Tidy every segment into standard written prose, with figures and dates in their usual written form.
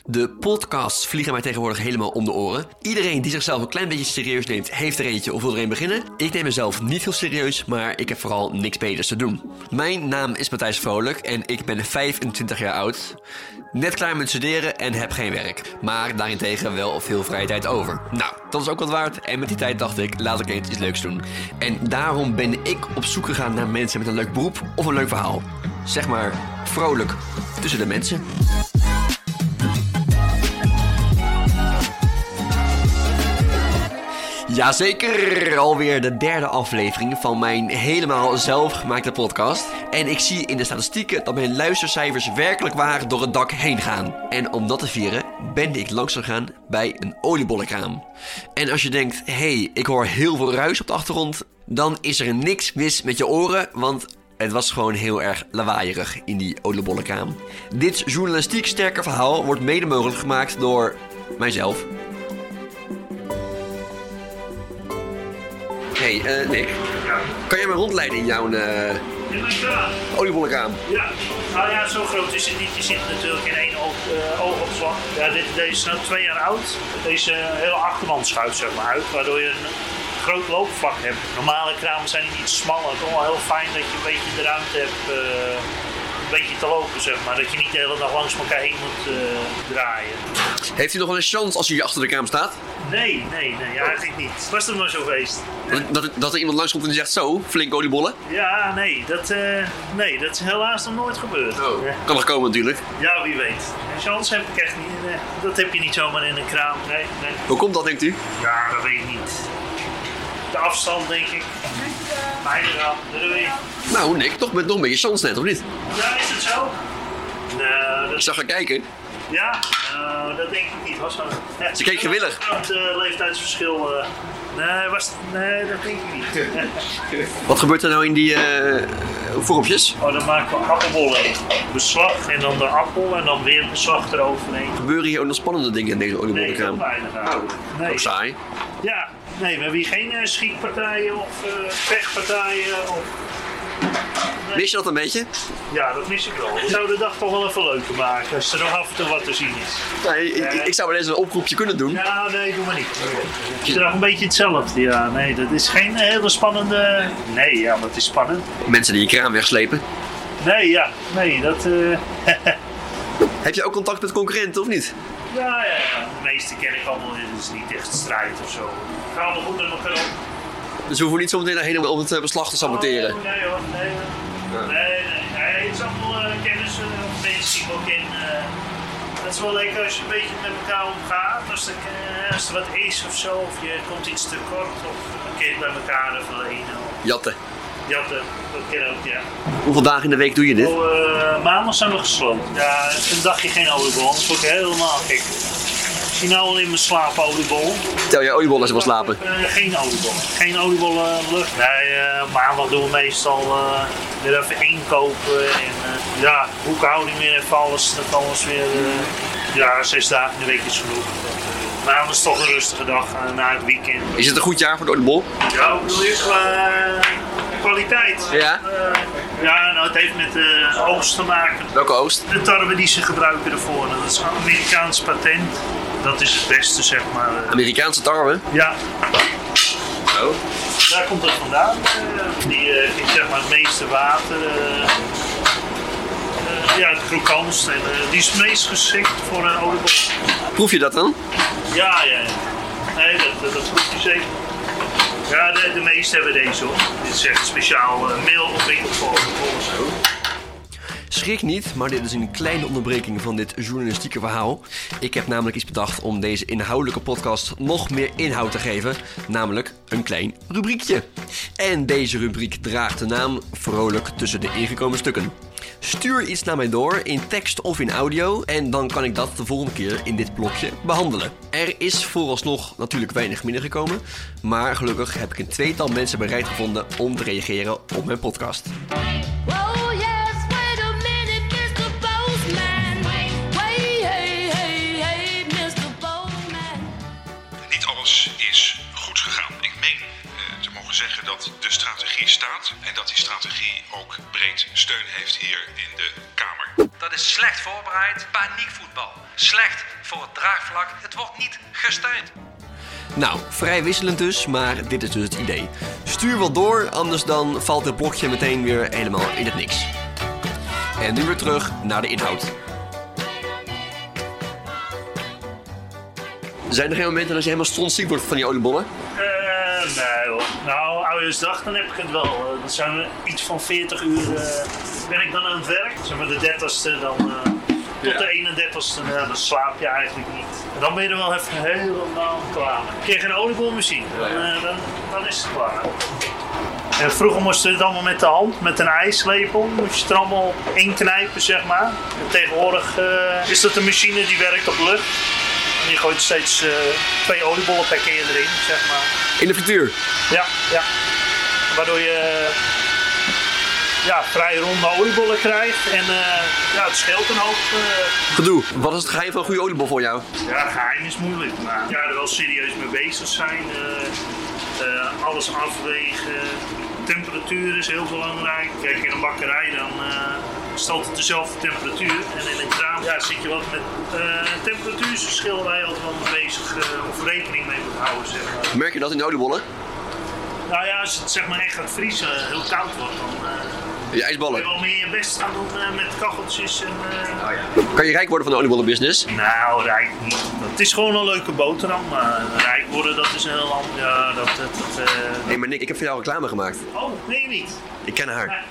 De podcasts vliegen mij tegenwoordig helemaal om de oren. Iedereen die zichzelf een klein beetje serieus neemt, heeft er eentje of wil er een beginnen. Ik neem mezelf niet heel serieus, maar ik heb vooral niks beters te doen. Mijn naam is Matthijs Vrolijk en ik ben 25 jaar oud. Net klaar met studeren en heb geen werk. Maar daarentegen wel veel vrije tijd over. Nou, dat is ook wat waard. En met die tijd dacht ik, laat ik eens iets leuks doen. En daarom ben ik op zoek gegaan naar mensen met een leuk beroep of een leuk verhaal. Zeg maar, vrolijk tussen de mensen. Jazeker, alweer de derde aflevering van mijn helemaal zelfgemaakte podcast. En ik zie in de statistieken dat mijn luistercijfers werkelijk waar door het dak heen gaan. En om dat te vieren ben ik langs gegaan bij een oliebollenkraam. En als je denkt, hey, ik hoor heel veel ruis op de achtergrond, dan is er niks mis met je oren, want het was gewoon heel erg lawaaierig in die oliebollenkraam. Dit journalistiek sterke verhaal wordt mede mogelijk gemaakt door mijzelf. Hey, Nick. Ja. Kan jij me rondleiden in jouw In mijn kraan? oliebollenkraam? Ja. Nou ja, zo groot is het niet. Je zit natuurlijk in één oogopslag. Ja, deze is nu 2 jaar oud. Deze hele achterwand schuift zeg maar uit, waardoor je een groot loopvlak hebt. Normale kramen zijn iets smaller. Het is wel heel fijn dat je een beetje de ruimte hebt een beetje te lopen, zeg maar. Dat je niet de hele dag langs elkaar heen moet draaien. Heeft u nog wel een chance als u hier achter de kraam staat? Nee, eigenlijk niet. Was het maar zo geweest. Dat er iemand langs komt en die zegt zo, flink oliebollen? Ja, nee, dat is helaas nog nooit gebeurd. Oh. Kan nog komen natuurlijk. Ja, wie weet. Een chance heb ik echt niet. Nee, dat heb je niet zomaar in een kraam. Nee. Hoe komt dat, denkt u? Ja, dat weet ik niet. De afstand, denk ik. Fijne raam. Doei. Nou, Nick, toch met nog een beetje chance net, of niet? Ja, is het zo? Nou, Ik zag haar kijken. Ja, dat denk ik niet. Was wel... Ze keek gewillig. Het leeftijdsverschil. Nee, dat denk ik niet. Wat gebeurt er nou in die vormpjes? Oh, dan maken we appelbollen. Beslag en dan de appel en dan weer beslag eroverheen. Gebeuren hier ook nog spannende dingen in deze Nee, heel oliebollenkraam? weinig eigenlijk. Nee. Ook saai. Ja, nee, we hebben hier geen schietpartijen of vechtpartijen. Nee. Mis je dat een beetje? Ja, dat mis ik wel. We zouden de dag toch wel even leuker maken als er nog af en toe wat te zien is. Nee, ik zou wel eens een oproepje kunnen doen. Ja, nee, doe maar niet. Het is nog een beetje hetzelfde, ja. Nee, dat is geen hele spannende... Nee, ja, dat is spannend. Mensen die je kraam wegslepen. Nee, dat... Heb je ook contact met concurrenten of niet? Ja. De meeste ken ik allemaal. Het is niet echt strijd of zo. We gaan wel goed met elkaar om. Dus we hoeven niet zometeen daarheen om het beslag te saboteren. Oh, nee hoor, nee. Het is allemaal kennis of mensen die ik ook ken. Het is wel lekker als je een beetje met elkaar omgaat. Als er wat is of zo, of je komt iets tekort, of dan kun je bij elkaar even lenen. Jatten. Jatten, dat ken ook, ja. Hoeveel dagen in de week doe je dit? Maandag zijn we gesloten. Ja, een dagje geen oliebol, anders word ik helemaal gek. Ik zie nou al in mijn slaap oliebol. Tel je oliebollen als je wil slapen? Geen oliebollen. Geen oliebollen lucht. Nee, maandag doen we meestal weer even inkopen. En boekhouding weer even alles. Dat alles weer 6 dagen in de week is genoeg. Maandag is toch een rustige dag na het weekend. Is het een goed jaar voor de oliebol? Ja, ik bedoel je qua kwaliteit? Ja. Het heeft met de oogst te maken. Welke oogst? De tarwe die ze gebruiken ervoor. Dat is een Amerikaans patent. Dat is het beste, zeg maar. Amerikaanse tarwe? Ja. Oh. Daar komt het vandaan. Die geeft zeg maar het meeste water. Het krokantst. En die is het meest geschikt voor een oliebol. Proef je dat dan? Ja. Nee, dat proef je zeker. Ja, de meeste hebben deze hoor. Dit is echt speciaal meel ontwikkeld voor oliebol. Schrik niet, maar dit is een kleine onderbreking van dit journalistieke verhaal. Ik heb namelijk iets bedacht om deze inhoudelijke podcast nog meer inhoud te geven. Namelijk een klein rubriekje. En deze rubriek draagt de naam Vrolijk tussen de ingekomen stukken. Stuur iets naar mij door in tekst of in audio en dan kan ik dat de volgende keer in dit blokje behandelen. Er is vooralsnog natuurlijk weinig binnengekomen, maar gelukkig heb ik een 2-tal mensen bereid gevonden om te reageren op mijn podcast. Niet alles is goed gegaan. Ik meen te mogen zeggen dat de strategie staat en dat die strategie ook breed steun heeft hier in de Kamer. Dat is is slecht voorbereid. Paniekvoetbal. Slecht voor het draagvlak. Het wordt niet gesteund. Nou, vrij wisselend dus, maar dit is dus het idee. Stuur wel door, anders dan valt het blokje meteen weer helemaal in het niks. En nu weer terug naar de inhoud. Zijn er geen momenten als je helemaal strontziek wordt van die oliebollen? Nee hoor. Nou, Oudejaarsdag, dan heb ik het wel. Dan zijn we iets van 40 uur ben ik dan aan het werk. Zeg maar de 30ste dan tot de 31ste, dan slaap je eigenlijk niet. En dan ben je er wel even helemaal klaar. Ik kreeg een oliebolmachine, dan is het klaar. En vroeger moest het allemaal met de hand, met een ijslepel. Moest je het er allemaal inknijpen, zeg maar. En tegenwoordig is dat een machine die werkt op lucht. En je gooit steeds 2 oliebollen per keer erin, zeg maar. In de frituur? Ja. Waardoor je vrij ronde oliebollen krijgt. En het scheelt een hoop. Gedoe. Wat is het geheim van een goede oliebol voor jou? Ja, geheim is moeilijk. Maar er wel serieus mee bezig zijn. Alles afwegen. Temperatuur is heel belangrijk. Kijk, in een bakkerij dan stelt het dezelfde temperatuur. En in een kraam zit je wat met temperatuurverschillen waar je altijd wel mee bezig of rekening mee moet houden. Zeg maar. Merk je dat in de oliebollen? Nou ja, als het zeg maar echt gaat vriezen, heel koud wordt, dan Je ijsballen? je wel meer je best gaan doen met kacheltjes. En, Kan je rijk worden van de oliebollenbusiness? Nou, rijk niet. Het is gewoon een leuke boterham, maar rijk worden dat is een heel ander. Ja, Hé, maar Nick, ik heb voor jou reclame gemaakt. Oh, nee niet. Ik ken haar.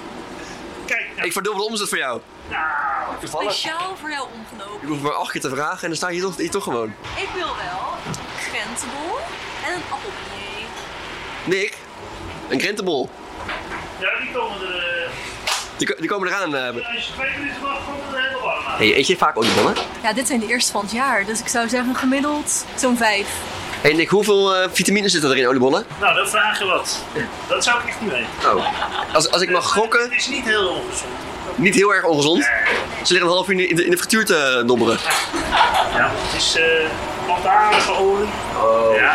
Kijk, Ik verdubbel de omzet voor jou. nou, Speciaal voor jou omgenomen. Je hoeft maar 8 keer te vragen en dan sta je hier toch gewoon. Ik wil wel een krentenbol en een appelbeignet. Nick, een krentenbol. ja, die komen er. Die komen eraan. Als je 2 minuten wacht, komen er heel warm aan. Hey, eet je vaak oliebollen? Ja, dit zijn de eerste van het jaar, dus ik zou zeggen gemiddeld zo'n 5. Hey Nick, hoeveel vitamines zitten er in oliebollen? Nou, dan vraag je wat. Dat zou ik echt niet weten. Oh. Als ik mag gokken, Het is niet heel ongezond. niet heel erg ongezond. Ze liggen een half uur in de frituur te dobberen. Ja, het is plantaardige olie. Oh. Ja,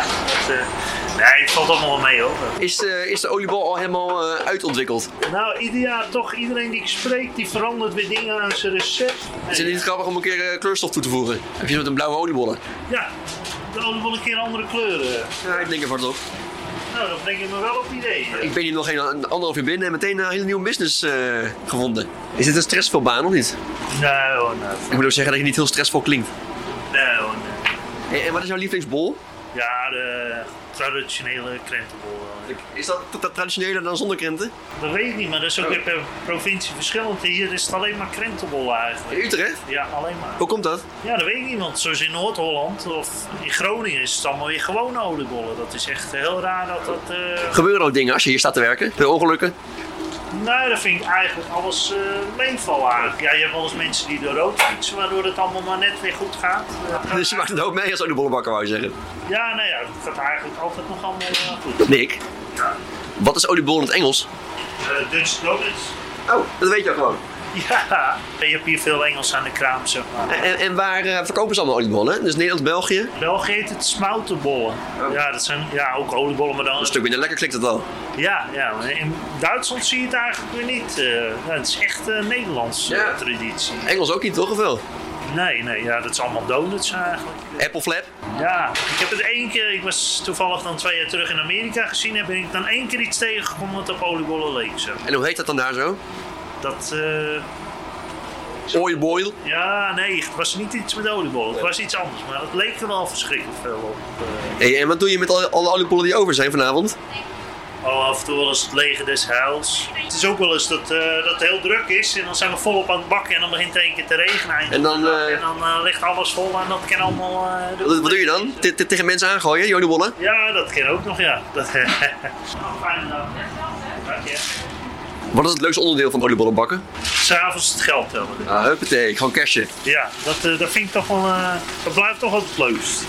nee, het valt allemaal wel mee hoor. Is de oliebol al helemaal uitontwikkeld? Nou, ieder jaar toch, iedereen die ik spreek, die verandert weer dingen aan zijn recept. Is het niet grappig om een keer kleurstof toe te voegen? Heb je met een blauwe oliebollen? Ja, de oliebol een keer andere kleuren. Ja, ik denk er wat op. Nou, dan breng je me wel op idee. Ik ben hier nog een anderhalf uur binnen en meteen een hele nieuwe business gevonden. Is dit een stressvol baan of niet? Nee hoor, nee. Ik moet ook zeggen dat je niet heel stressvol klinkt. Nee hoor, nee. Hey, en wat is jouw lievelingsbol? Ja, de traditionele krentenbol. Is dat traditioneler dan zonder krenten? Dat weet ik niet, maar dat is ook weer per provincie verschillend. Hier is het alleen maar krentenbol eigenlijk. In Utrecht? Ja, alleen maar. Hoe komt dat? Ja, dat weet ik niet, want zoals in Noord-Holland of in Groningen is het allemaal weer gewone oliebollen. Dat is echt heel raar dat dat... Gebeuren er ook dingen als je hier staat te werken? Veel ongelukken? Nou, dat vind ik eigenlijk alles meevallen eigenlijk. Ja, je hebt wel eens mensen die door rood fietsen, waardoor het allemaal maar net weer goed gaat. Dus je maakt het ook mee als oliebollenbakker, wou je zeggen. Ja, nou ja, het gaat eigenlijk altijd nog allemaal goed. Nick, Ja. wat is oliebol in het Engels? Dutch donuts. Oh, dat weet je gewoon. Ja, je hebt hier veel Engels aan de kraam, zeg maar. En waar verkopen ze allemaal oliebollen? Dus Nederland, België? België heet het smoutenbollen. Ja, dat zijn ook oliebollen, maar dan... Een stuk minder lekker klinkt het al. Ja, maar in Duitsland zie je het eigenlijk weer niet. Het is echt een Nederlandse traditie. Engels ook niet, toch? Of wel? Nee, ja, dat is allemaal donuts eigenlijk. Apple flap? Ja, ik heb het 1 keer, ik was toevallig dan 2 jaar terug in Amerika gezien, heb ik dan 1 keer iets tegengekomen wat op oliebollen leek. Zo. En hoe heet dat dan daar zo? Dat, Olieboil? ja, nee, het was niet iets met oliebollen, het was iets anders, maar het leek er wel verschrikkelijk veel op. Hey, en wat doe je met alle oliebollen die over zijn vanavond? Af en toe wel eens het leger des heils. Het is ook wel eens dat het heel druk is en dan zijn we volop aan het bakken en dan begint het 1 keer te regenen. En dan, ligt alles vol en dat kan allemaal... Wat doe je dan? Tegen mensen aangooien, die oliebollen? Ja, dat kan ook nog, ja. Fijne dag. Dank je. Wat is het leukste onderdeel van oliebollen bakken? 'S Avonds het geld tellen. Ah, huppatee, gewoon cashen. Ja, dat vind ik toch wel... dat blijft toch wel het leukst.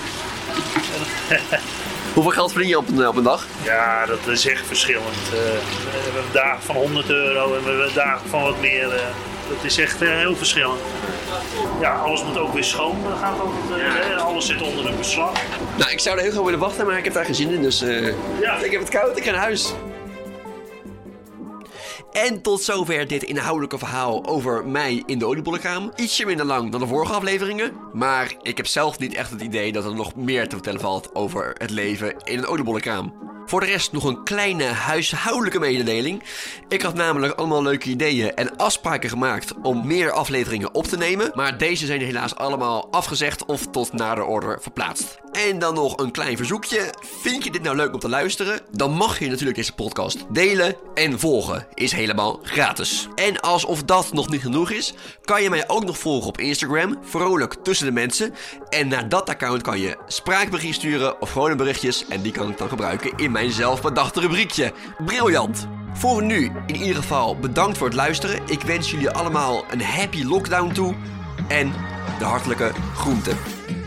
Hoeveel geld verdien je op een dag? Ja, dat is echt verschillend. We hebben dagen van €100 en we hebben dagen van wat meer. Dat is echt heel verschillend. Ja, alles moet ook weer schoon. Dat gaat altijd, alles zit onder een beslag. Nou, ik zou er heel graag willen wachten, maar ik heb daar geen zin in. Dus Ja. ik heb het koud, ik ga naar huis. En tot zover dit inhoudelijke verhaal over mij in de oliebollenkraam. Ietsje minder lang dan de vorige afleveringen. Maar ik heb zelf niet echt het idee dat er nog meer te vertellen valt over het leven in een oliebollenkraam. Voor de rest nog een kleine huishoudelijke mededeling. Ik had namelijk allemaal leuke ideeën en afspraken gemaakt om meer afleveringen op te nemen. Maar deze zijn helaas allemaal afgezegd of tot nader order verplaatst. En dan nog een klein verzoekje. Vind je dit nou leuk om te luisteren? Dan mag je natuurlijk deze podcast delen en volgen. Is helemaal gratis. En alsof dat nog niet genoeg is, kan je mij ook nog volgen op Instagram. Vrolijk tussen de mensen. En naar dat account kan je spraakbericht sturen of gewone berichtjes. En die kan ik dan gebruiken in mijn zelfbedachte rubriekje. Briljant! Voor nu in ieder geval bedankt voor het luisteren. Ik wens jullie allemaal een happy lockdown toe. En de hartelijke groenten.